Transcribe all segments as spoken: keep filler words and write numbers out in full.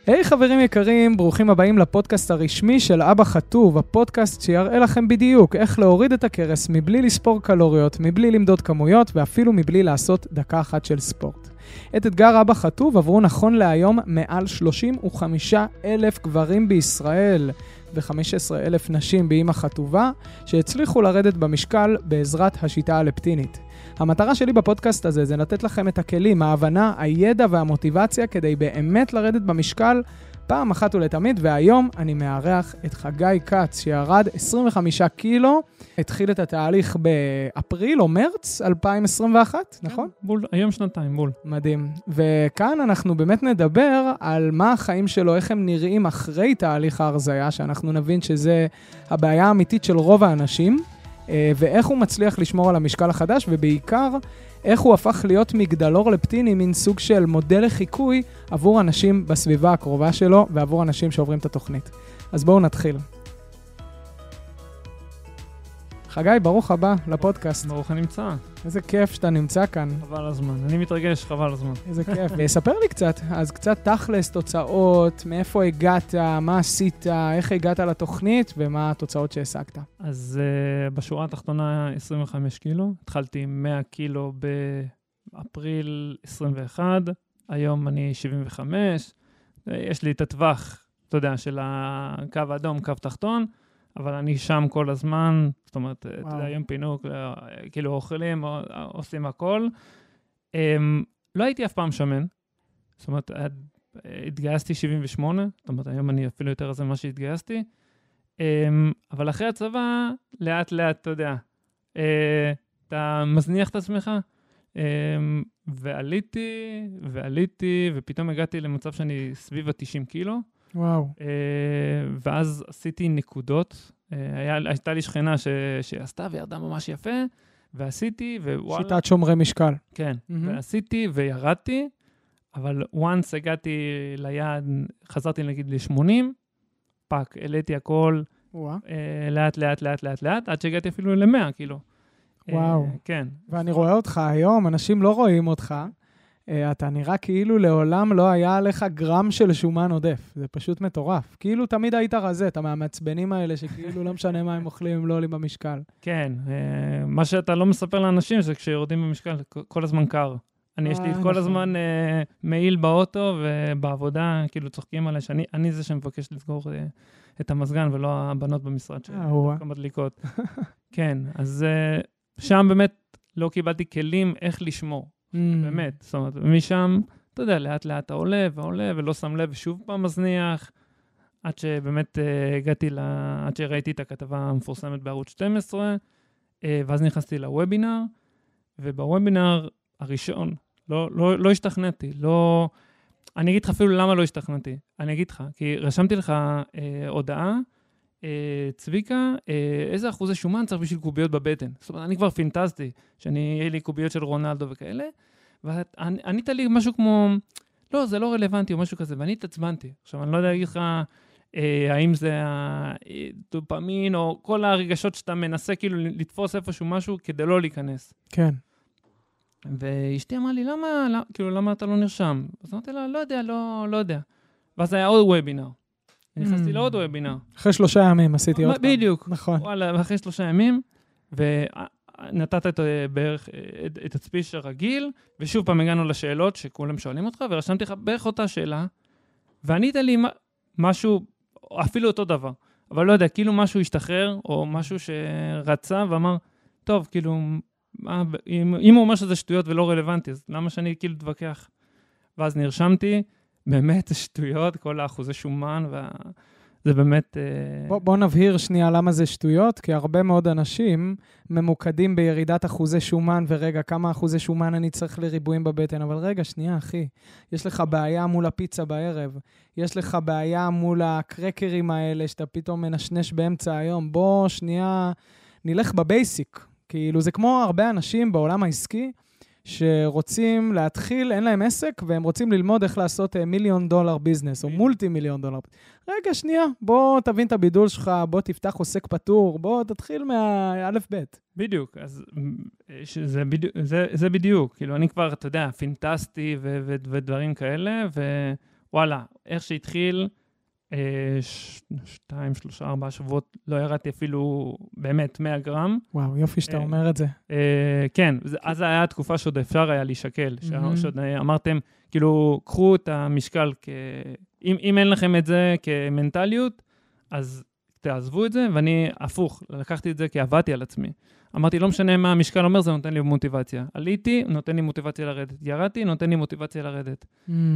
היי hey, חברים יקרים, ברוכים הבאים לפודקאסט הרשמי של אבא חטוב, הפודקאסט שיראה לכם בדיוק איך להוריד את הקרס מבלי לספור קלוריות, מבלי למדוד כמויות ואפילו מבלי לעשות דקה אחת של ספורט. את אתגר אבא חטוב עברו נכון להיום מעל שלושים וחמישה אלף גברים בישראל ו-חמישה עשר אלף נשים באמא חטובה שהצליחו לרדת במשקל בעזרת השיטה הלפטינית. המטרה שלי בפודקאסט הזה זה לתת לכם את הכלים, ההבנה, הידע והמוטיבציה כדי באמת לרדת במשקל פעם אחת ולתמיד, והיום אני מארח את חגי קץ שירד עשרים וחמישה קילו, התחיל את התהליך באפריל או מרץ אלפיים עשרים ואחת, כן, נכון? בול, היום שנתיים, בול. מדהים. וכאן אנחנו באמת נדבר על מה החיים שלו, איך הם נראים אחרי תהליך ההרזיה, שאנחנו נבין שזה הבעיה האמיתית של רוב האנשים, ואיך הוא מצליח לשמור על המשקל החדש, ובעיקר איך הוא הפך להיות מגדלור לפטיני, מין סוג של מודל לחיקוי עבור אנשים בסביבה הקרובה שלו, ועבור אנשים שעוברים את התוכנית. אז בואו נתחיל. חגי, ברוך הבא לפודקאסט. ברוך הנמצא. איזה כיף שאתה נמצא כאן. חבל הזמן. אני מתרגש, חבל הזמן. איזה כיף. ספר לי קצת, אז קצת תכלס, תוצאות, מאיפה הגעת, מה עשית, איך הגעת לתוכנית, ומה התוצאות שהשגת. אז uh, בשורה התחתונה עשרים וחמישה קילו. התחלתי עם מאה קילו באפריל עשרים ואחת. היום אני שבעים וחמש. יש לי את הטווח, אתה יודע, של הקו האדום, קו תחתון. אבל אני שם כל הזמן, זאת אומרת, אתה יודע, יום פינוק, כאילו אוכלים, עושים הכל. לא הייתי אף פעם שמן, זאת אומרת, התגייסתי שבעים ושמונה, זאת אומרת, היום אני אפילו יותר רזה ממה שהתגייסתי, אבל אחרי הצבא, לאט לאט, אתה יודע, אתה מזניח את עצמך, ועליתי, ועליתי, ופתאום הגעתי למצב שאני סביב ה-תשעים קילו, וואו. ואז עשיתי נקודות, הייתה לי שכנה שעשתה וירדה ממש יפה, ועשיתי, ווואלה. שיטת שומרי משקל. כן, ועשיתי וירדתי, אבל once הגעתי ליעד, חזרתי נגיד ל-שמונים, פאק, העליתי הכל, לאט לאט לאט לאט לאט, עד שהגעתי אפילו ל-מאה קילו. וואו. כן. ואני רואה אותך היום, אנשים לא רואים אותך, אתה נראה כאילו לעולם לא היה עליך גרם של שומן עודף. זה פשוט מטורף. כאילו תמיד היית רזה, אתה מהמעצבנים האלה שכאילו לא משנה מה הם אוכלים, הם לא עולים במשקל. כן, מה שאתה לא מספר לאנשים זה כשיורדים במשקל, כל הזמן קר. אני יש לי את כל הזמן מעיל באוטו ובעבודה, כאילו צוחקים עליי, שאני זה שמבקש לסגור את המזגן ולא הבנות במשרד שדווקא מדליקות. כן, אז שם באמת לא קיבלתי כלים איך לשמור. באמת, זאת אומרת, משם, אתה יודע, לאט לאט אתה עולה ועולה, ולא שם לב שוב פעם מזניח, עד שבאמת הגעתי, עד שראיתי את הכתבה המפורסמת בערוץ שתים עשרה, ואז נכנסתי לוובינר, ובוובינר הראשון, לא, לא, לא השתכנעתי, לא, אני אגיד לך אפילו למה לא השתכנעתי, אני אגיד לך, כי רשמתי לך אה, הודעה, אה, צביקה, אה, איזה אחוזי שומן צריך בשביל קוביות בבטן, זאת אומרת, אני כבר פינטזתי, שאני, יהיה לי קוביות של רונלדו וכאלה, וענית לי משהו כמו, לא, זה לא רלוונטי או משהו כזה, ואני התעצבנתי. עכשיו, אני לא יודע להגיד לך, אה, האם זה הדופמין, או כל הרגשות שאתה מנסה כאילו לתפוס איפשהו משהו, כדי לא להיכנס. כן. ואשתי אמרה לי, למה, למה, כאילו, למה אתה לא נרשם? אז אמרתי לה, לא יודע, לא, לא יודע. ואז היה עוד וובינר. נכנסתי לעוד וובינר. אחרי שלושה ימים עשיתי עוד פעם. בדיוק. נכון. וואלה, אחרי שלושה ימים, ו... נתת את, בערך את, את הצפיש הרגיל, ושוב פעם הגענו לשאלות שכולם שואלים אותך, ורשמתי לך בערך אותה שאלה, וענית לי משהו, אפילו אותו דבר, אבל לא יודע, כאילו משהו השתחרר, או משהו שרצה ואמר, טוב, כאילו, אם, אם הוא אומר שזה שטויות ולא רלוונטי, אז למה שאני כאילו תווכח? ואז נרשמתי, באמת שטויות, כל האחוזי שומן וה... זה באמת... בוא, בוא נבהיר שנייה למה זה שטויות, כי הרבה מאוד אנשים ממוקדים בירידת אחוזי שומן, ורגע, כמה אחוזי שומן אני צריך לריבועים בבטן, אבל רגע, שנייה, אחי, יש לך בעיה מול הפיצה בערב, יש לך בעיה מול הקרקרים האלה, שאתה פתאום מנשנש באמצע היום, בוא שנייה, נלך בבייסיק, כאילו זה כמו הרבה אנשים בעולם העסקי, שרוצים להתחיל, אין להם עסק, והם רוצים ללמוד איך לעשות מיליון דולר ביזנס, או מולטי מיליון דולר. רגע, שנייה, בוא תבין את הבידול שלך, בוא תפתח עוסק פטור, בוא תתחיל מהאלף בית. בדיוק, אז זה בדיוק, זה, זה בדיוק, כאילו אני כבר, אתה יודע, פינטסטי ו- ו- ודברים כאלה, וואלה, איך שהתחיל, שתיים, שלושה, ארבעה שבועות, לא ירדתי אפילו באמת מאה גרם. וואו, יופי שאתה אומר את זה. כן, אז היה התקופה שעוד אפשר היה להישקל, שעוד אמרתם, כאילו, קחו את המשקל, אם אין לכם את זה כמנטליות, אז תעזבו את זה, ואני הפוך, לקחתי את זה כי עבדתי על עצמי. אמרתי, לא משנה מה המשקל אומר, זה נותן לי מוטיבציה. עליתי, נותן לי מוטיבציה לרדת. ירדתי, נותן לי מוטיבציה לרדת.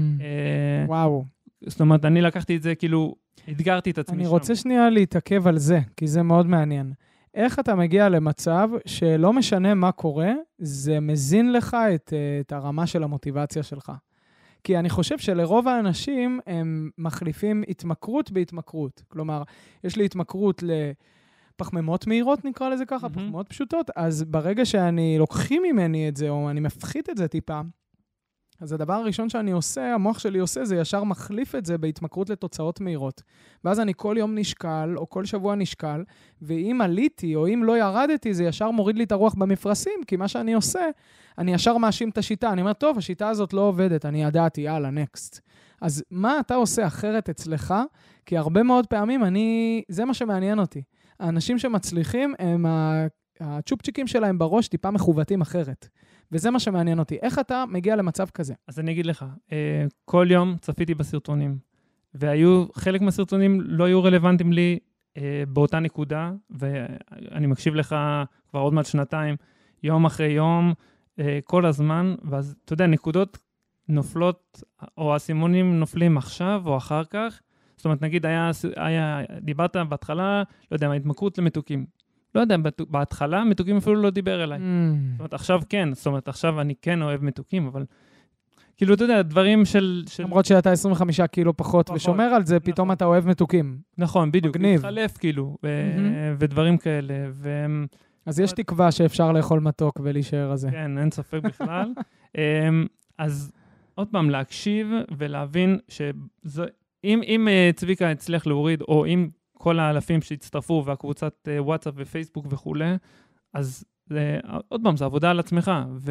וואו. זאת אומרת, אני לקחתי את זה, כאילו, אתגרתי את עצמי שם. אני רוצה שנייה להתעכב על זה, כי זה מאוד מעניין. איך אתה מגיע למצב שלא משנה מה קורה, זה מזין לך את, את הרמה של המוטיבציה שלך? כי אני חושב שלרוב האנשים הם מחליפים התמכרות בהתמכרות. כלומר, יש לי התמכרות לפחמימות מהירות, נקרא לזה ככה, mm-hmm. פחמימות פשוטות, אז ברגע שאני לוקחים ממני את זה, או אני מפחית את זה טיפה, אז הדבר הראשון שאני עושה, המוח שלי עושה, זה ישר מחליף את זה בהתמכרות לתוצאות מהירות. ואז אני כל יום נשקל, או כל שבוע נשקל, ואם עליתי, או אם לא ירדתי, זה ישר מוריד לי את הרוח במפרשים, כי מה שאני עושה, אני ישר מאשים את השיטה. אני אומר, טוב, השיטה הזאת לא עובדת, אני ידעתי, יאללה, נקסט. אז מה אתה עושה אחרת אצלך? כי הרבה מאוד פעמים אני, זה מה שמעניין אותי. האנשים שמצליחים, הם הצ'ופצ'יקים שלהם בראש טיפה מחוותים אחרת. וזה מה שמעניין אותי. איך אתה מגיע למצב כזה? אז אני אגיד לך, כל יום צפיתי בסרטונים, והיו, חלק מהסרטונים לא היו רלוונטיים לי באותה נקודה, ואני מקשיב לך כבר עוד מעט שנתיים, יום אחרי יום, כל הזמן, ואז, אתה יודע, נקודות נופלות, או הסימונים נופלים עכשיו או אחר כך, זאת אומרת, נגיד, היה, היה, דיברת בהתחלה, לא יודע, ההתמכרות למתוקים. לא יודע, בהתחלה מתוקים אפילו לא דיבר אליי. זאת אומרת, עכשיו כן, זאת אומרת, עכשיו אני כן אוהב מתוקים, אבל כאילו, אתה יודע, דברים של... למרות שאתה עשרים וחמישה קילו פחות ושומר על זה, פתאום אתה אוהב מתוקים. נכון, בדיוק. מתחלף כאילו, ודברים כאלה. אז יש תקווה שאפשר לאכול מתוק ולהישאר על זה. כן, אין ספק בכלל. אז עוד פעם, להקשיב ולהבין שאם צביקה הצליח להוריד, או אם כל האלפים שהצטרפו, והקבוצת וואטסאפ ופייסבוק וכו', אז זה, עוד פעם, זה עבודה על עצמך. ו...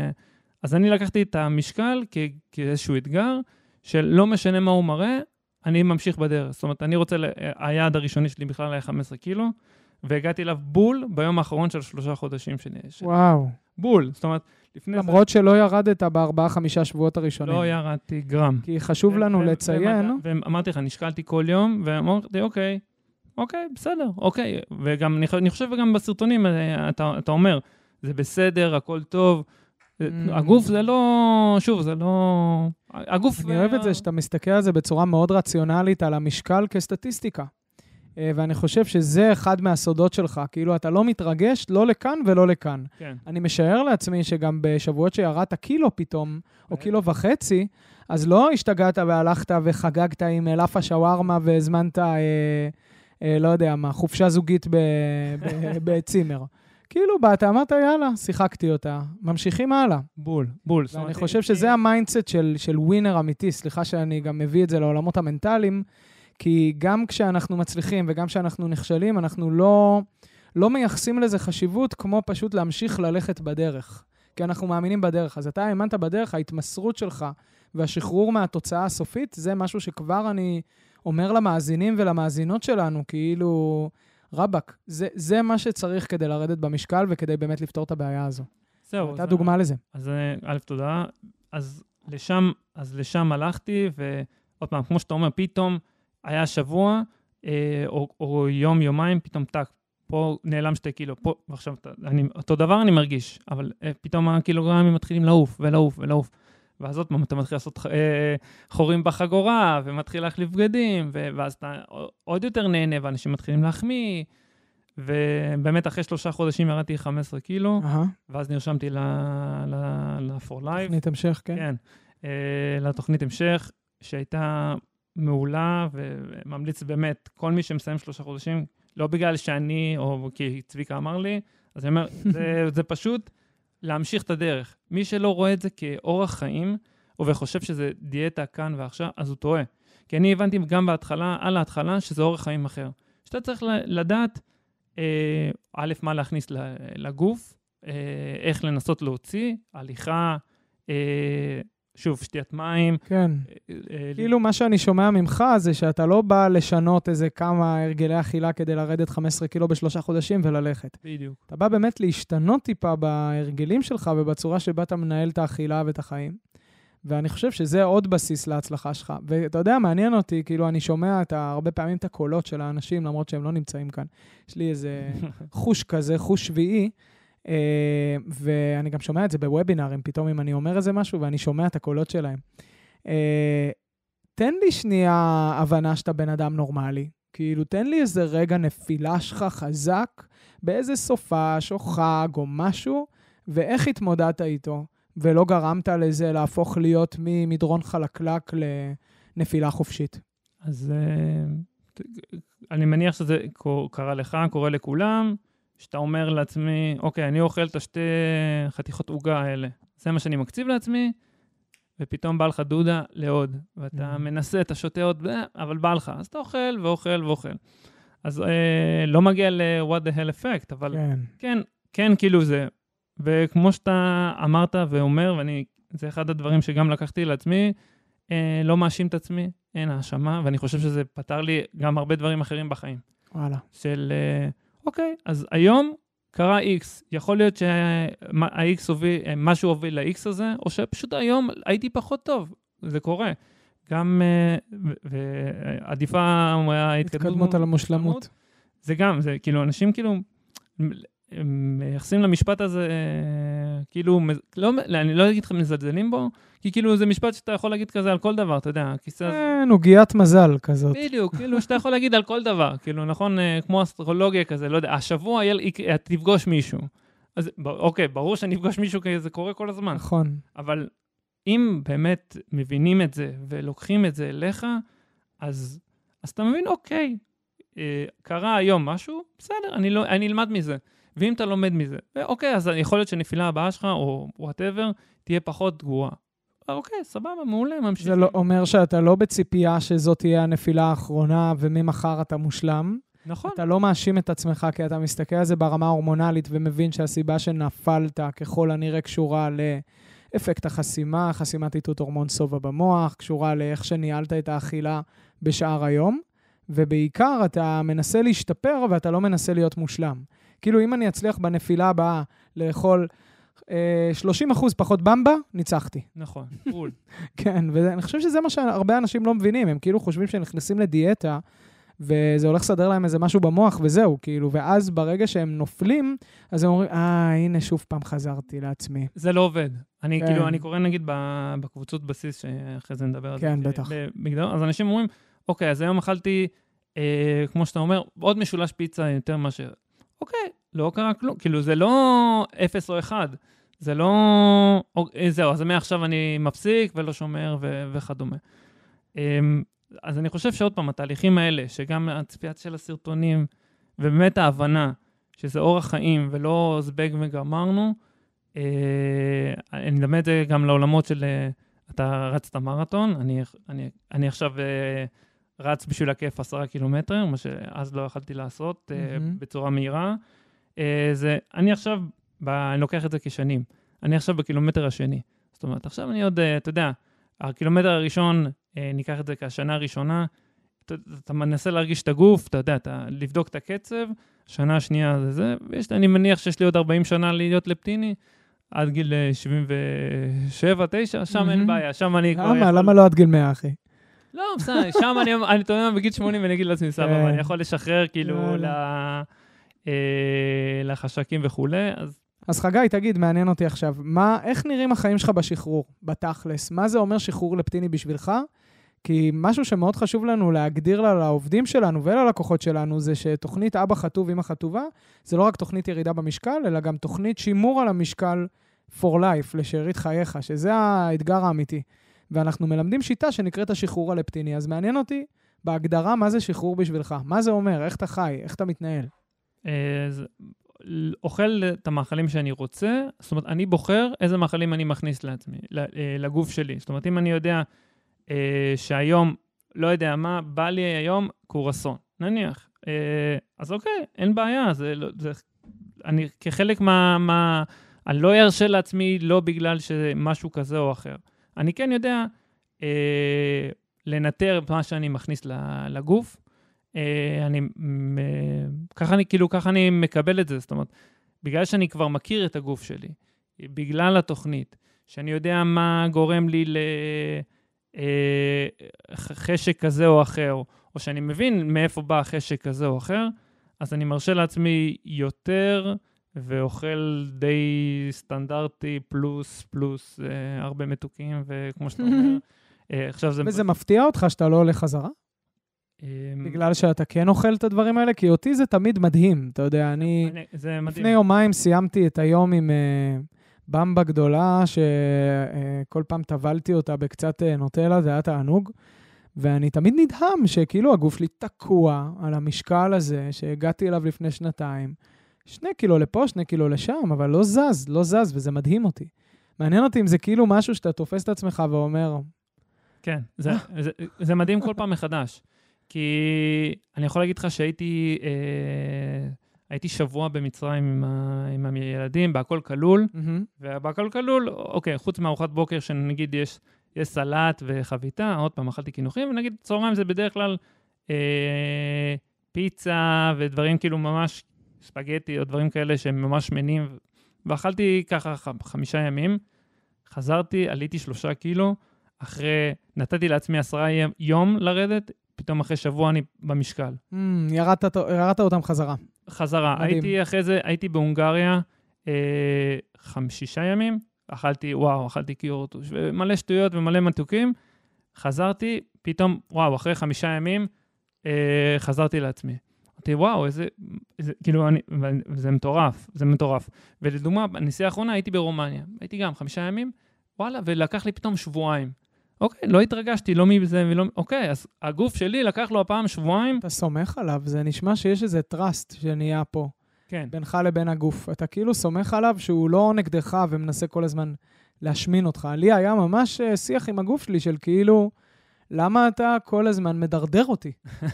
אז אני לקחתי את המשקל כ... כאיזשהו אתגר, שלא משנה מה הוא מראה, אני ממשיך בדרך. זאת אומרת, אני רוצה, היעד הראשוני שלי בכלל היה חמישה עשר קילו, והגעתי אליו בול ביום האחרון של שלושה חודשים שלי. וואו. בול. זאת אומרת, לפני למרות זה... שלא ירדת בארבעה, חמישה שבועות הראשונים. לא ירדתי גרם. כי חשוב לנו ו- לציין. ו- ואמרתי לך, נשקלתי כל יום, ואמרתי, אוקיי, אוקיי, בסדר, אוקיי. וגם, אני חושב וגם בסרטונים, אתה, אתה אומר, זה בסדר, הכל טוב. Mm. הגוף זה לא, שוב, זה לא... הגוף... אני אוהב את זה שאתה מסתכל על זה בצורה מאוד רציונלית, על המשקל כסטטיסטיקה. ואני חושב שזה אחד מהסודות שלך. כאילו, אתה לא מתרגש, לא לכאן ולא לכאן. כן. אני משער לעצמי שגם בשבועות שירדת קילו פתאום, או קילו וחצי, אז לא השתגעת והלכת וחגגת עם אלף השווארמה והזמנת, אה, אה, לא יודע מה, חופשה זוגית בצימר. כאילו, באת, אמרת, יאללה, שיחקתי אותה. ממשיכים הלאה. בול, בול. ואני חושב שזה המיינדסט של, של ווינר אמיתי. סליחה שאני גם מביא את זה לעולמות המנטליים, כי גם כשאנחנו מצליחים וגם כשאנחנו נכשלים, אנחנו לא, לא מייחסים לזה חשיבות, כמו פשוט להמשיך ללכת בדרך. כי אנחנו מאמינים בדרך. אז אתה האמנת בדרך, ההתמסרות שלך והשחרור מהתוצאה הסופית, זה משהו שכבר אני אומר למאזינים ולמאזינות שלנו, כאילו, רבק, זה, זה מה שצריך כדי לרדת במשקל וכדי באמת לפתור את הבעיה הזו. זהו. הייתה דוגמה לזה. אז א', תודה. אז לשם, אז לשם הלכתי, ועוד פעם, כמו שאתה אומר, פתאום, היה שבוע, אה, או, או יום, יומיים, פתאום טק, פה נעלם שתי קילו, פה, ועכשיו, אני, אותו דבר אני מרגיש, אבל אה, פתאום הקילוגרמים מתחילים לעוף, ולעוף, ולעוף. ואז עוד פעם, אתה מתחיל לעשות אה, חורים בחגורה, ומתחיל להחליף בגדים, ו, ואז אתה עוד יותר נהנה, ואנשים מתחילים להחמיא, ובאמת אחרי שלושה חודשים ירדתי חמישה עשר קילו, uh-huh. ואז נרשמתי ל-for life. תוכנית המשך, כן. כן, אה, לתוכנית המשך, שהייתה... מעולה, וממליץ באמת, כל מי שמסיים שלושה חודשים, לא בגלל שאני, או כי צביקה אמר לי, אז אני אומר, זה, זה פשוט להמשיך את הדרך. מי שלא רואה את זה כאורח חיים, וחושב שזה דיאטה כאן ועכשיו, אז הוא טועה. כי אני הבנתי גם בהתחלה, על ההתחלה, שזה אורח חיים אחר. שאתה צריך לדעת, אה, א', מה להכניס לגוף, אה, איך לנסות להוציא, הליכה, אה, שוב, שתיית מים. כן. כאילו מה שאני שומע ממך זה שאתה לא בא לשנות איזה כמה הרגלי אכילה כדי לרדת חמישה עשר קילו בשלושה חודשים וללכת. בדיוק. אתה בא באמת להשתנות טיפה בהרגלים שלך ובצורה שבה אתה מנהל את האכילה ואת החיים. ואני חושב שזה עוד בסיס להצלחה שלך. ואתה יודע, מעניין אותי, כאילו אני שומע את הרבה פעמים את הקולות של האנשים, למרות שהם לא נמצאים כאן. יש לי איזה חוש כזה, חוש שביעי, ואני גם שומע את זה בוובינרים, פתאום אם אני אומר איזה משהו, ואני שומע את הקולות שלהם. תן לי שנייה הבנה שאתה בן אדם נורמלי. כאילו, תן לי איזה רגע נפילה שלך חזק, באיזה סופש או חג או משהו, ואיך התמודדת איתו, ולא גרמת לזה להפוך להיות ממדרון חלקלק לנפילה חופשית. אז אני מניח שזה קרה לך, קורה לכולם, שאתה אומר לעצמי, אוקיי, אני אוכל את השתי חתיכות עוגה האלה. זה מה שאני מקציב לעצמי, ופתאום בא לך דודה לעוד, ואתה מנסה, אתה שותה עוד, אבל בא לך. אז אתה אוכל ואוכל ואוכל. אז אה, לא מגיע ל-what the hell effect, אבל כן, כן, כן כאילו זה. וכמו שאתה אמרת ואומר, ואני, זה אחד הדברים שגם לקחתי לעצמי, אה, לא מאשים את עצמי, אין האשמה, ואני חושב שזה פתר לי גם הרבה דברים אחרים בחיים. וואלה. של, אה, אוקיי, אז היום קרה X, יכול להיות שה-X הוביל, משהו הוביל ל-X הזה, או שפשוט היום הייתי פחות טוב, זה קורה. גם, ועדיפה ההתקדמות על המושלמות. זה גם, זה כאילו, אנשים כאילו, מייחסים למשפט הזה, כאילו, לא, אני לא אגיד לך מזלזלים בו, כי כאילו זה משפט שאתה יכול להגיד כזה על כל דבר, אתה יודע, הכיסא הזה. כן, נוגיית מזל כזאת. בדיוק, כאילו שאתה יכול להגיד על כל דבר, כאילו, נכון, כמו אסטרולוגיה כזה, לא יודע, השבוע תפגוש מישהו. אז אוקיי, ברור שאני אפגוש מישהו כי זה קורה כל הזמן. נכון. אבל אם באמת מבינים את זה ולוקחים את זה אליך, אז, אז אתה מבין, אוקיי, קרה היום משהו, בסדר, אני, לא, אני אלמד מזה. ואם אתה לומד מזה, אוקיי, אז יכול להיות שנפילה הבאה שלך, או whatever, תהיה פחות גרועה. אוקיי, סבבה, מעולה, ממשיכים. זה לא אומר שאתה לא בציפייה שזאת תהיה הנפילה האחרונה, וממחר אתה מושלם. נכון. אתה לא מאשים את עצמך, כי אתה מסתכל על זה ברמה ההורמונלית, ומבין שהסיבה שנפלת ככל הנראה קשורה לאפקט החסימה, חסימת איתות הורמון סובה במוח, קשורה לאיך שניהלת את האכילה בשאר היום, ובעיקר אתה מנסה להשתפר, ואתה לא מנסה להיות מושלם. כאילו, אם אני אצליח בנפילה הבאה לאכול אה, שלושים אחוז פחות במבה, ניצחתי. נכון, פול. כן, ואני חושב שזה מה שהרבה אנשים לא מבינים. הם כאילו חושבים שהם נכנסים לדיאטה, וזה הולך לסדר להם איזה משהו במוח, וזהו, כאילו. ואז ברגע שהם נופלים, אז הם אומרים, אה, הנה, שוב פעם חזרתי לעצמי. זה לא עובד. אני כן. כאילו, אני קורא נגיד בקבוצות בסיס, שאחרי זה נדבר על כן, זה. בטח. בגדול, אז אנשים אומרים, אוקיי, אז היום אכלתי, אה, כמו שאתה אומר, עוד משולש פיצה יותר מאשר. אוקיי, לא קרה כלום. כאילו, זה לא אפס או אחד. זה לא... או, זהו, אז מעכשיו אני מפסיק ולא שומר ו- וכדומה. אז אני חושב שעוד פעם, התהליכים האלה, שגם הצפיית של הסרטונים, ובאמת ההבנה שזה אורח חיים ולא זבג וגמרנו, אני למד גם לעולמות של... אתה רצת מרתון, אני, אני, אני עכשיו רץ בשביל הכיף עשרה קילומטר, מה שאז לא יכולתי לעשות mm-hmm. בצורה מהירה. זה, אני עכשיו, ב, אני לוקח את זה כשנים. אני עכשיו בקילומטר השני. זאת אומרת, עכשיו אני עוד, אתה יודע, הקילומטר הראשון, ניקח את זה כשנה הראשונה, אתה, אתה מנסה להרגיש את הגוף, אתה יודע, אתה, לבדוק את הקצב, שנה השנייה זה זה, ואני מניח שיש לי עוד ארבעים שנה להיות לפטיני, עד גיל שבעים ושבע תשע, שם אין בעיה, שם אני כבר... למה? למה לא עד גיל מאה, אחי? לא, בסדר, שם אני תומע בגיל שמונים ואני אגיד לעצמי, סבבה, אני יכול לשחרר כאילו לחשקים וכו', אז... אז חגי, תגיד, מעניין אותי עכשיו, איך נראים החיים שלך בשחרור, בתכלס? מה זה אומר שחרור לפטיני בשבילך? כי משהו שמאוד חשוב לנו להגדיר לעובדים שלנו וללקוחות שלנו, זה שתוכנית אבא חטוב אמא חטובה, זה לא רק תוכנית ירידה במשקל, אלא גם תוכנית שימור על המשקל for life, לשארית חייך, שזה האתגר האמיתי. ואנחנו מלמדים שיטה שנקראת השחרור הלפטיני. אז מעניין אותי בהגדרה מה זה שחרור בשבילך. מה זה אומר? איך אתה חי? איך אתה מתנהל? אז אוכל את המאכלים שאני רוצה, זאת אומרת, אני בוחר איזה מאכלים אני מכניס לעצמי, לגוף שלי. זאת אומרת, אם אני יודע שהיום, לא יודע מה, בא לי היום קורסון, נניח. אז אוקיי, אין בעיה, זה, זה, אני כחלק מה, מה, אני לא ארשה לעצמי לא בגלל שמשהו כזה או אחר. אני כן יודע אה, לנטר את מה שאני מכניס לגוף, אה, אני, אה, ככה אני, כאילו, ככה אני מקבל את זה, זאת אומרת, בגלל שאני כבר מכיר את הגוף שלי, בגלל התוכנית, שאני יודע מה גורם לי לחשק כזה או אחר, או שאני מבין מאיפה בא החשק כזה או אחר, אז אני מרשה לעצמי יותר, ואוכל די סטנדרטי, פלוס, פלוס, אה, הרבה מתוקים, וכמו שאתה אומר, אה, עכשיו זה... וזה מפתיע אותך שאתה לא הולך חזרה? בגלל שאתה כן אוכל את הדברים האלה? כי אותי זה תמיד מדהים, אתה יודע, אני... זה מדהים. לפני יומיים סיימתי את היום עם uh, במבה גדולה, שכל uh, פעם טבלתי אותה בקצת uh, נוטלה, זה היה תענוג, ואני תמיד נדהם שכאילו הגוף לי תקוע על המשקל הזה, שהגעתי אליו לפני שנתיים, שני קילו לפה, שני קילו לשם, אבל לא זז, לא זז, וזה מדהים אותי. מעניין אותי אם זה כאילו משהו שאתה תופס את עצמך ואומר... כן, זה, זה, זה מדהים כל פעם מחדש. כי אני יכול להגיד לך שהייתי אה, הייתי שבוע במצרים עם, ה, עם הילדים, בהכל כלול, mm-hmm. ובהכל כלול, אוקיי, חוץ מארוחת בוקר שנגיד יש, יש סלט וחביתה, עוד פעם אכלתי כינוחים, ונגיד צהריים זה בדרך כלל אה, פיצה ודברים כאילו ממש ספגטי או דברים כאלה שהם ממש שמנים, ואכלתי ככה חמישה ימים, חזרתי, עליתי שלושה קילו, אחרי, נתתי לעצמי עשרה יום לרדת, פתאום אחרי שבוע אני במשקל. Mm, ירדת, ירדת אותם חזרה. חזרה. מדהים. הייתי אחרי זה, הייתי בהונגריה אה, חמישה ימים, אכלתי, וואו, אכלתי קיורטוש, ומלא שטויות ומלא מתוקים, חזרתי, פתאום, וואו, אחרי חמישה ימים, אה, חזרתי לעצמי. אמרתי, וואו, איזה, איזה, כאילו, אני, זה מטורף, זה מטורף. ולדוגמה, בנסיעה האחרונה הייתי ברומניה, הייתי גם חמישה ימים, וואלה, ולקח לי פתאום שבועיים. אוקיי, לא התרגשתי, לא מזה ולא... אוקיי, אז הגוף שלי לקח לו הפעם שבועיים. אתה סומך עליו, זה נשמע שיש איזה טראסט שנהיה פה. כן. בינך לבין הגוף. אתה כאילו סומך עליו שהוא לא נגדך ומנסה כל הזמן להשמין אותך. לי היה ממש שיח עם הגוף שלי של כאילו, למה אתה כל הזמן מדרדר אותי?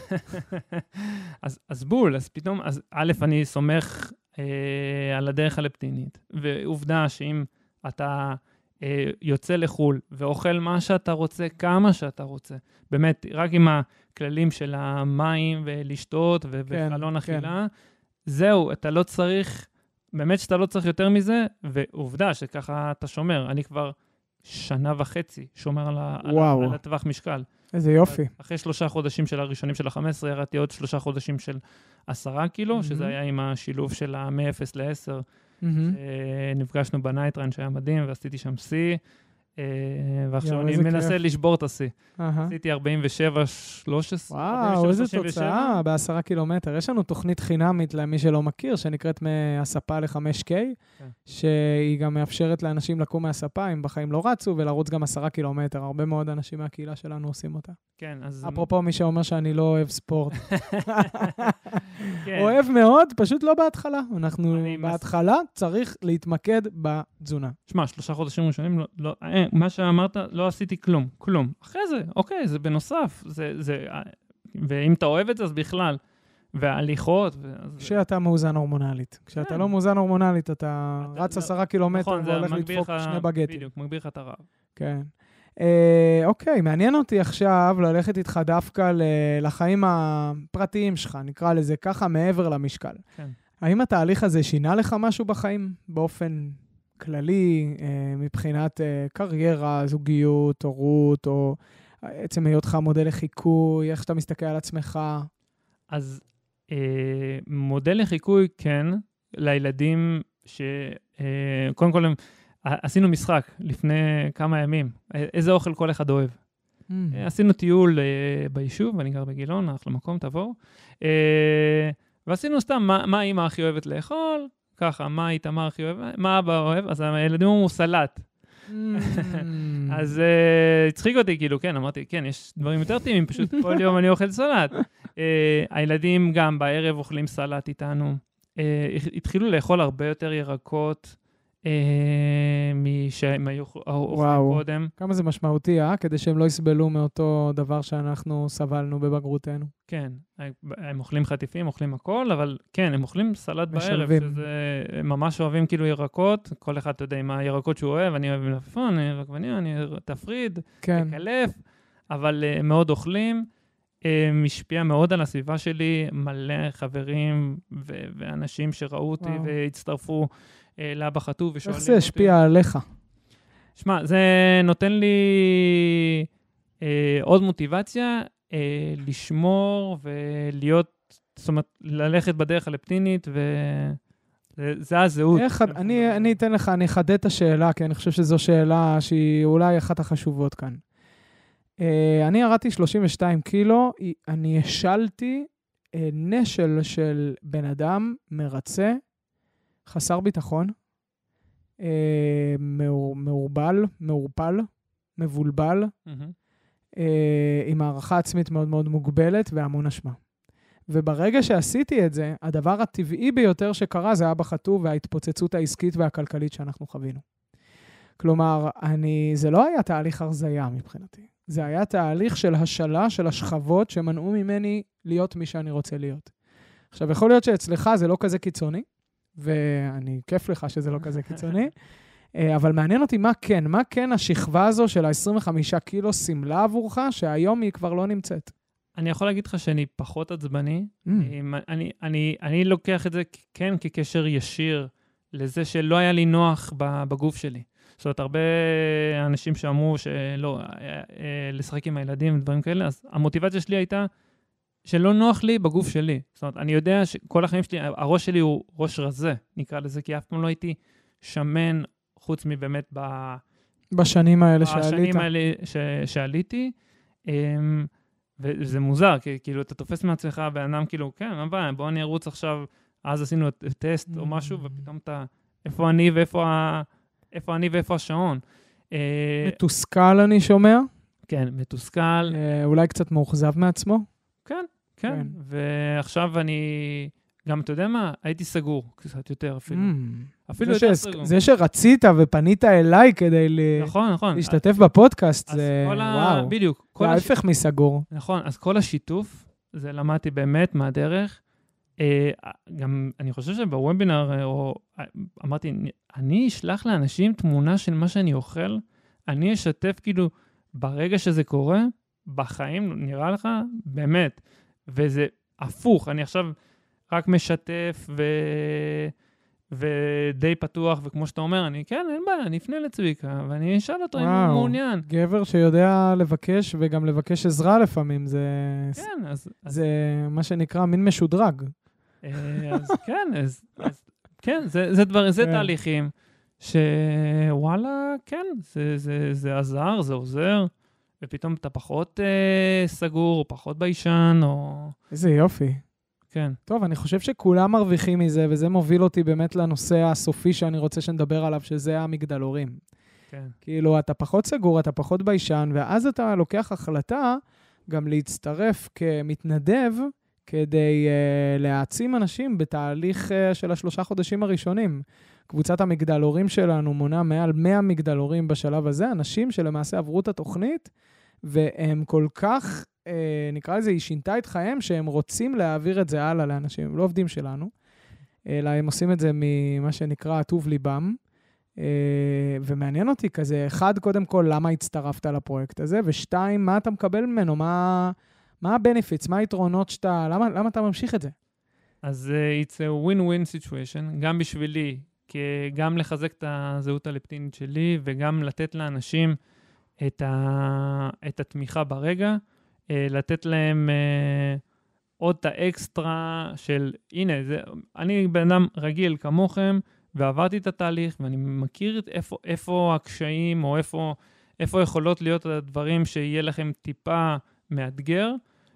אז, אז בול, אז פתאום, אז א', אני סומך אה, על הדרך הלפטינית, ועובדה שאם אתה... יוצא לחול ואוכל מה שאתה רוצה, כמה שאתה רוצה. באמת, רק עם הכללים של המים ולשתות ובחלון אכילה, זהו, אתה לא צריך, באמת שאתה לא צריך יותר מזה, ועובדה שככה אתה שומר. אני כבר שנה וחצי שומר על, על, על הטווח משקל. איזה יופי. אחרי שלושה חודשים של הראשונים של ה-חמש עשרה, ירדתי עוד שלושה חודשים של עשרה קילו, mm-hmm. שזה היה עם השילוב של ה-מ-אפס ל-עשר, נפגשנו בנייטרן שהיה מדהים, ועשיתי שם סי, ועכשיו אני מנסה לשבור את הסי. עשיתי ארבעים ושבע שלוש עשרה. וואו, איזה תוצאה, בעשרה קילומטר. יש לנו תוכנית חינמית למי שלא מכיר, שנקראת מהספה ל-חמש קיי, שהיא גם מאפשרת לאנשים לקום מהספה, אם בחיים לא רצו, ולרוץ גם עשרה קילומטר. הרבה מאוד אנשים מהקהילה שלנו עושים אותה. כן, אז... אפרופו מי שאומר שאני לא אוהב ספורט. אוהב מאוד, פשוט לא בהתחלה. אנחנו בהתחלה צריך להתמקד בתזונה. שמע, שלושה חודשים ראשונים, לא, אה, מה שאמרת, לא עשיתי כלום, כלום. אחרי זה, אוקיי, זה בנוסף, זה, זה, ואם אתה אוהב את זה, אז בכלל. וההליכות... כשאתה מאוזן הורמונלית. כשאתה לא מאוזן הורמונלית, אתה רץ עשרה קילומטר והולך לדפוק שני בגטים. בדיוק, מגביר לך את הרעב. כן. אוקיי, מעניין אותי עכשיו ללכת איתך דווקא לחיים הפרטיים שלך, נקרא לזה ככה, מעבר למשקל. כן. האם התהליך הזה שינה לך משהו בחיים באופן כללי, מבחינת קריירה, זוגיות, הורות, או עצם היותך מודל לחיקוי, איך שאתה מסתכל על עצמך? אז מודל לחיקוי, כן, לילדים שקודם כל הם... עשינו משחק לפני כמה ימים, איזה אוכל כל אחד אוהב. Mm. עשינו טיול ביישוב, אני גר בגילון, אחלה מקום, תבואו. ועשינו סתם, מה, מה אמא הכי אוהבת לאכול, ככה, מה איתמר הכי אוהבת, מה אבא אוהב, אז הילדים אמרו סלט. Mm. אז הצחיק אותי, כאילו, כן, אמרתי, כן, יש דברים יותר טעימים, פשוט כל יום אני אוכל סלט. הילדים גם בערב אוכלים סלט איתנו. התחילו לאכול הרבה יותר ירקות, מי שהם היו אוכלים קודם. כמה זה משמעותי, אה? כדי שהם לא יסבלו מאותו דבר שאנחנו סבלנו בבגרותנו. כן, הם אוכלים חטיפים, אוכלים הכל, אבל כן, הם אוכלים סלט בערב, שזה ממש אוהבים כאילו ירקות, כל אחד אתה יודע עם הירקות שהוא אוהב, אני אוהב מלפפון, אני אוהב עגבניה, אני אוהב תפריד, תקלף, אבל מאוד אוכלים, משפיע מאוד על הסביבה שלי, מלא חברים ואנשים שראו אותי והצטרפו לאבא חטוב ושואלים אותי. איך זה השפיע עליך? שמע, זה נותן לי אה, עוד מוטיבציה אה, לשמור ולהיות, זאת אומרת, ללכת בדרך הלפטינית, וזה הזהות. איך, אני, אני אתן לך, אני אחדד את השאלה, כי אני חושב שזו שאלה שהיא אולי אחת החשובות כאן. אה, אני ירדתי שלושים ושתיים קילו, אני השלתי אה, נשל של בן אדם מרצה, חסר ביטחון, אה, מאור, מאורבל, מאורפל, מבולבל, mm-hmm. אה, עם הערכה עצמית מאוד מאוד מוגבלת והמון אשמה. וברגע שעשיתי את זה, הדבר הטבעי ביותר שקרה זה אבא חטוב וההתפוצצות העסקית והכלכלית שאנחנו חווינו. כלומר, אני, זה לא היה תהליך הרזיה מבחינתי. זה היה תהליך של השלה של השכבות שמנעו ממני להיות מי שאני רוצה להיות. עכשיו, יכול להיות שאצלך זה לא כזה קיצוני, ואני כיף לך שזה לא כזה קיצוני, אבל מעניין אותי מה כן, מה כן השכבה הזו של ה-עשרים וחמישה קילו סמלה עבורך, שהיום היא כבר לא נמצאת. אני יכול להגיד לך שאני פחות עצבני, mm. אני, אני, אני לוקח את זה כן כקשר ישיר לזה שלא היה לי נוח בגוף שלי. זאת אומרת, הרבה אנשים שאמרו שלא, לשחק עם הילדים ודברים כאלה, אז המוטיבציה שלי הייתה שלא נוח לי בגוף שלי. זאת אומרת, אני יודע שכל החיים שלי, הראש שלי הוא ראש רזה, נקרא לזה, כי אף פעם לא הייתי שמן, חוץ מבאמת ב... בשנים האלה שעלית. בשנים האלה ש... שעליתי, וזה מוזר, כי כאילו אתה תופס מעצמך, באדם כאילו, כן, מה בעיה, בוא אני ארוץ עכשיו, אז עשינו טסט או משהו, ופתאום אתה, איפה אני ואיפה ה... איפה אני ואיפה השעון. מתוסכל אני שומע? כן, מתוסכל. אולי קצת מאוכזב מעצמו? כן, כן. ועכשיו אני, גם אתה יודע מה? הייתי סגור, קצת יותר אפילו. אפילו יותר סגור. זה שרצית ופנית אליי כדי להשתתף בפודקאסט, זה וואו. בדיוק. זה ההפך מסגור. נכון, אז כל השיתוף, זה למדתי באמת מהדרך. גם אני חושב שבוובינר, אמרתי, אני אשלח לאנשים תמונה של מה שאני אוכל, אני אשתף כאילו ברגע שזה קורה, בחיים, נראה לך, באמת. וזה הפוך, אני עכשיו רק משתף ו... ודי פתוח, וכמו שאתה אומר, אני, כן, אין בעיה, אני אפנה לצביקה, ואני אשאל אותו אם הוא מעוניין. גבר שיודע לבקש, וגם לבקש עזרה לפעמים, זה... כן, אז... זה מה שנקרא מין משודרג. אז כן, אז, אז, כן, זה, זה דבר, זה תהליכים, שוואלה, כן, זה, זה, זה עזר, זה עוזר. ופתאום אתה פחות אה, סגור, או פחות ביישן, או... איזה יופי. כן. טוב, אני חושב שכולם מרוויחים מזה, וזה מוביל אותי באמת לנושא הסופי שאני רוצה שנדבר עליו, שזה המגדלורים. כן. כאילו, אתה פחות סגור, אתה פחות ביישן, ואז אתה לוקח החלטה גם להצטרף כמתנדב, כדי uh, להעצים אנשים בתהליך uh, של השלושה חודשים הראשונים. קבוצת המגדלורים שלנו מונה מעל מאה מגדלורים בשלב הזה, אנשים שלמעשה עברו את התוכנית, והם כל כך, אה, נקרא לזה, היא שינתה את חייהם, שהם רוצים להעביר את זה הלאה לאנשים, הם לא עובדים שלנו, אלא הם עושים את זה ממה שנקרא טוב ליבם, אה, ומעניין אותי כזה, אחד, קודם כל, למה הצטרפת לפרויקט הזה, ושתיים, מה אתה מקבל ממנו, מה, מה ה-benefits, מה היתרונות שאתה, למה, למה אתה ממשיך את זה? אז uh, it's a win-win situation, גם בשבילי, גם לחזק את הזהות הלפטינית שלי, וגם לתת לאנשים את, ה... את התמיכה ברגע, לתת להם עוד את האקסטרה של, הנה, זה... אני בן אדם רגיל כמוכם, ועברתי את התהליך, ואני מכיר את איפה, איפה הקשיים, או איפה, איפה יכולות להיות הדברים שיהיה לכם טיפה מאתגר,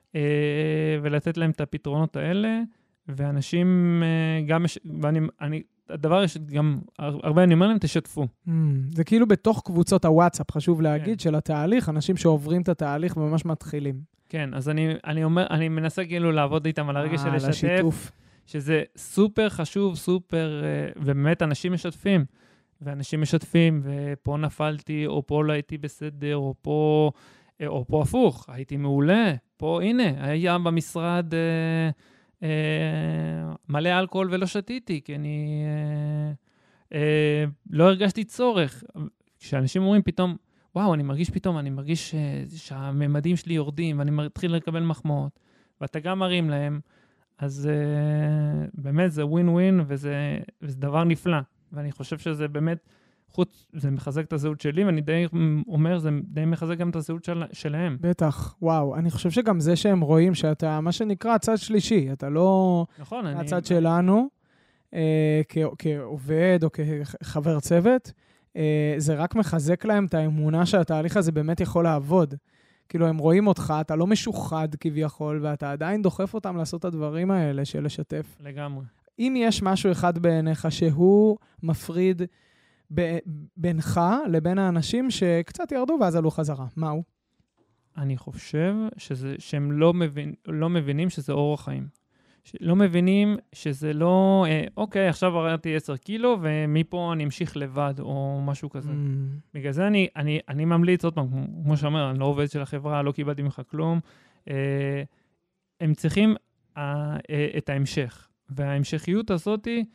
ולתת להם את הפתרונות האלה, ואנשים גם, ואני, אני, הדבר יש גם, הרבה אני אומר להם, תשתפו. Mm, זה כאילו בתוך קבוצות הוואטסאפ, חשוב להגיד, כן. של התהליך, אנשים שעוברים את התהליך וממש מתחילים. כן, אז אני, אני אומר, אני מנסה כאילו לעבוד איתם על הרגע של לשתף, שזה סופר חשוב, סופר, ובאמת אנשים משתפים. ואנשים משתפים, ופה נפלתי, או פה לא הייתי בסדר, או פה, או פה הפוך, הייתי מעולה, פה הנה, היה במשרד אה, אה, מלא אלכוהול ולא שתיתי, כי אני אה, אה, לא הרגשתי צורך. כשאנשים אומרים פתאום, וואו, אני מרגיש פתאום, אני מרגיש אה, שהממדים שלי יורדים, ואני מתחיל לקבל מחמאות, ואתה גם מרים להם, אז uh, באמת זה ווין ווין, וזה, וזה דבר נפלא. ואני חושב שזה באמת, חוץ, זה מחזק את הזהות שלי, ואני די אומר, זה די מחזק גם את הזהות של, שלהם. בטח, וואו. אני חושב שגם זה שהם רואים שאתה, מה שנקרא, הצד שלישי, אתה לא נכון, אני... הצד שלנו, אה, כ, כעובד או כחבר צוות, אה, זה רק מחזק להם את האמונה שהתהליך הזה באמת יכול לעבוד. כאילו, הם רואים אותך, אתה לא משוחד כביכול, ואתה עדיין דוחף אותם לעשות את הדברים האלה של לשתף. לגמרי. אם יש משהו אחד בעיניך שהוא מפריד ב- בינך לבין האנשים שקצת ירדו ואז עלו חזרה, מהו? אני חושב שזה, שהם לא, מבין, לא מבינים שזה אורח חיים. לא מבינים שזה לא, אה, אוקיי, עכשיו הראיתי עשר קילו, ומפה אני אמשיך לבד, או משהו כזה. Mm. בגלל זה אני, אני, אני ממליץ, עוד פעם, כמו שאומר, אני לא עובד של החברה, לא קיבלתי ממך כלום. אה, הם צריכים אה, אה, את ההמשך. וההמשכיות הזאת היא,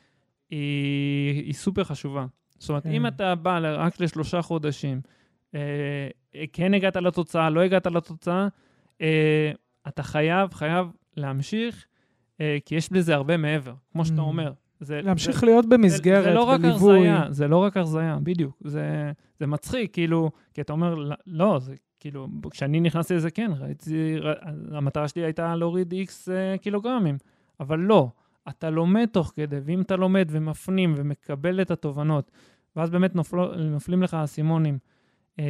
היא סופר חשובה. זאת אומרת, כן. אם אתה בא רק לשלושה חודשים, אה, כן הגעת לתוצאה, לא הגעת לתוצאה, אה, אתה חייב, חייב להמשיך, כי יש בזה הרבה מעבר, כמו שאתה אומר. זה, להמשיך זה, להיות במסגרת, זה, זה לא רק בליווי. הרזיה, זה לא רק הרזיה, בדיוק. זה, זה מצחיק, כאילו, כי אתה אומר, לא, זה כאילו, כשאני נכנסתי לזה, כן, ראיתי, המטרה שלי הייתה להוריד איקס קילוגרמים, אבל לא, אתה לומד תוך כדי, ואם אתה לומד ומפנים ומקבל את התובנות, ואז באמת נופלו, נופלים לך הסימונים, אז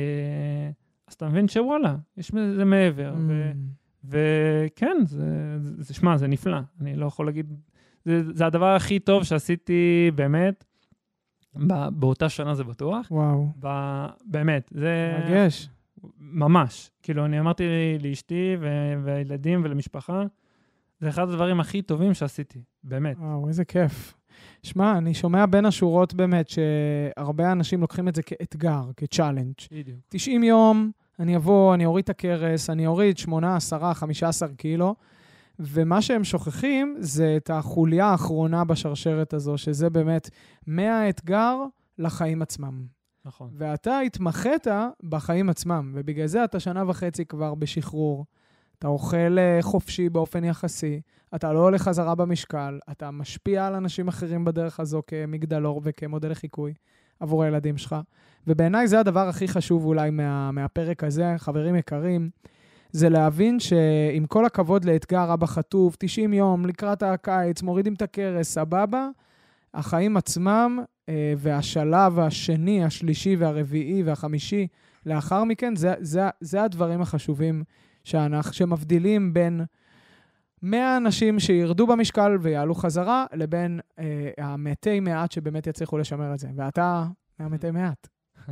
אתה מבין שוואלה, יש בזה מעבר, ו... וכן, זה, זה, שמה, זה נפלא. אני לא יכול להגיד, זה, זה הדבר הכי טוב שעשיתי באמת, באותה שנה זה בטוח. וואו. ב, באמת, זה... מרגש. ממש. כאילו, אני אמרתי לאשתי והילדים ולמשפחה, זה אחד הדברים הכי טובים שעשיתי, באמת. וואו, איזה כיף. שמע, אני שומע בין השורות באמת, שהרבה אנשים לוקחים את זה כאתגר, כצ'אלנג'. בדיוק. תשעים יום, אני אבוא, אני אוריד את הקרס, אני אוריד שמונה, עשרה, חמישה עשר קילו, ומה שהם שוכחים זה את החוליה האחרונה בשרשרת הזו, שזה באמת מהאתגר לחיים עצמם. נכון. ואתה התמחית בחיים עצמם, ובגלל זה אתה שנה וחצי כבר בשחרור, אתה אוכל חופשי באופן יחסי, אתה לא עולה חזרה במשקל, אתה משפיע על אנשים אחרים בדרך הזו כמגדלור וכמודל לחיקוי עבור הילדים שלך. ובעיניי זה הדבר הכי חשוב אולי מה, מהפרק הזה, חברים יקרים, זה להבין שעם כל הכבוד לאתגר אבא חטוב, תשעים יום לקראת הקיץ, מורידים את הקרס, סבבה, החיים עצמם אה, והשלב השני, השלישי והרביעי והחמישי לאחר מכן, זה, זה, זה הדברים החשובים שאנחנו, שמבדילים בין מאה אנשים שירדו במשקל ויעלו חזרה, לבין אה, המתי מעט שבאמת יצליחו לשמר את זה. ואתה מהמתי מעט.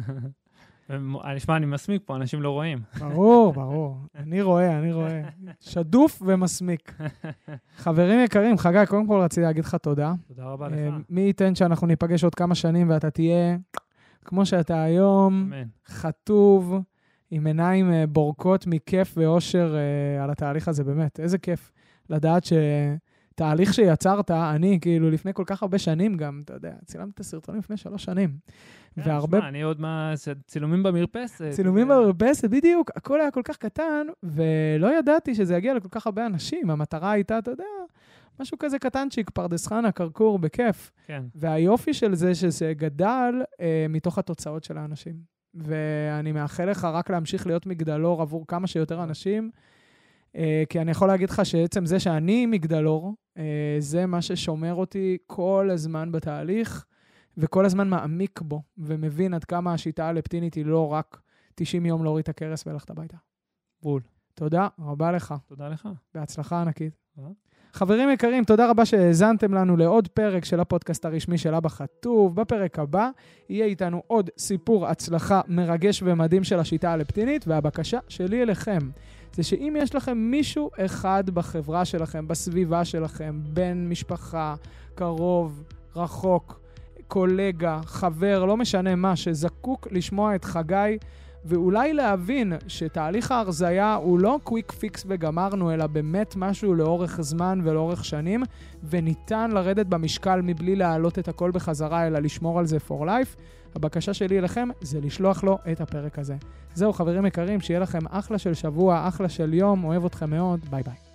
נשמע, אני מסמיק פה, אנשים לא רואים. ברור, ברור. אני רואה, אני רואה. שדוף ומסמיק. חברים יקרים, חגי, קודם כל רציתי להגיד לך תודה. תודה רבה לך. מי ייתן שאנחנו ניפגש עוד כמה שנים ואתה תהיה, כמו שאתה היום, חטוב, עם עיניים בורקות מכיף ואושר על התהליך הזה, באמת. איזה כיף לדעת שתהליך שיצרת, אני כאילו לפני כל כך הרבה שנים גם, אתה יודע, צילמתי את הסרטונים לפני שלוש שנים. והרבה... אני עוד מה... צילומים במרפסת. צילומים במרפסת, בדיוק. הכל היה כל כך קטן, ולא ידעתי שזה יגיע לכל כך הרבה אנשים. המטרה הייתה, אתה יודע, משהו כזה קטנצ'יק, פרדס חנה, קרקור, בכיף. כן. והיופי של זה, שזה גדל אה, מתוך התוצאות של האנשים. ואני מאחל לך רק להמשיך להיות מגדלור עבור כמה שיותר אנשים, אה, כי אני יכול להגיד לך שעצם זה שאני מגדלור, אה, זה מה ששומר אותי כל הזמן בתהליך, וכל הזמן מעמיק בו, ומבין עד כמה השיטה הלפטינית היא לא רק תשעים יום להוריד את הקרס ולכת הביתה. בול. תודה רבה לך. תודה לך. בהצלחה ענקית. חברים יקרים, תודה רבה שהאזנתם לנו לעוד פרק של הפודקאסט הרשמי של אבא חטוב. בפרק הבא יהיה איתנו עוד סיפור הצלחה מרגש ומדהים של השיטה הלפטינית, והבקשה שלי אליכם זה שאם יש לכם מישהו אחד בחברה שלכם, בסביבה שלכם, בן משפחה, קרוב, רחוק, קולגה, חבר, לא משנה מה, שזקוק לשמוע את חגי, ואולי להבין שתהליך ההרזיה הוא לא קוויק פיקס וגמרנו, אלא באמת משהו לאורך זמן ולאורך שנים, וניתן לרדת במשקל מבלי להעלות את הכל בחזרה, אלא לשמור על זה for life. הבקשה שלי אליכם זה לשלוח לו את הפרק הזה. זהו חברים יקרים, שיהיה לכם אחלה של שבוע, אחלה של יום, אוהב אתכם מאוד, ביי ביי.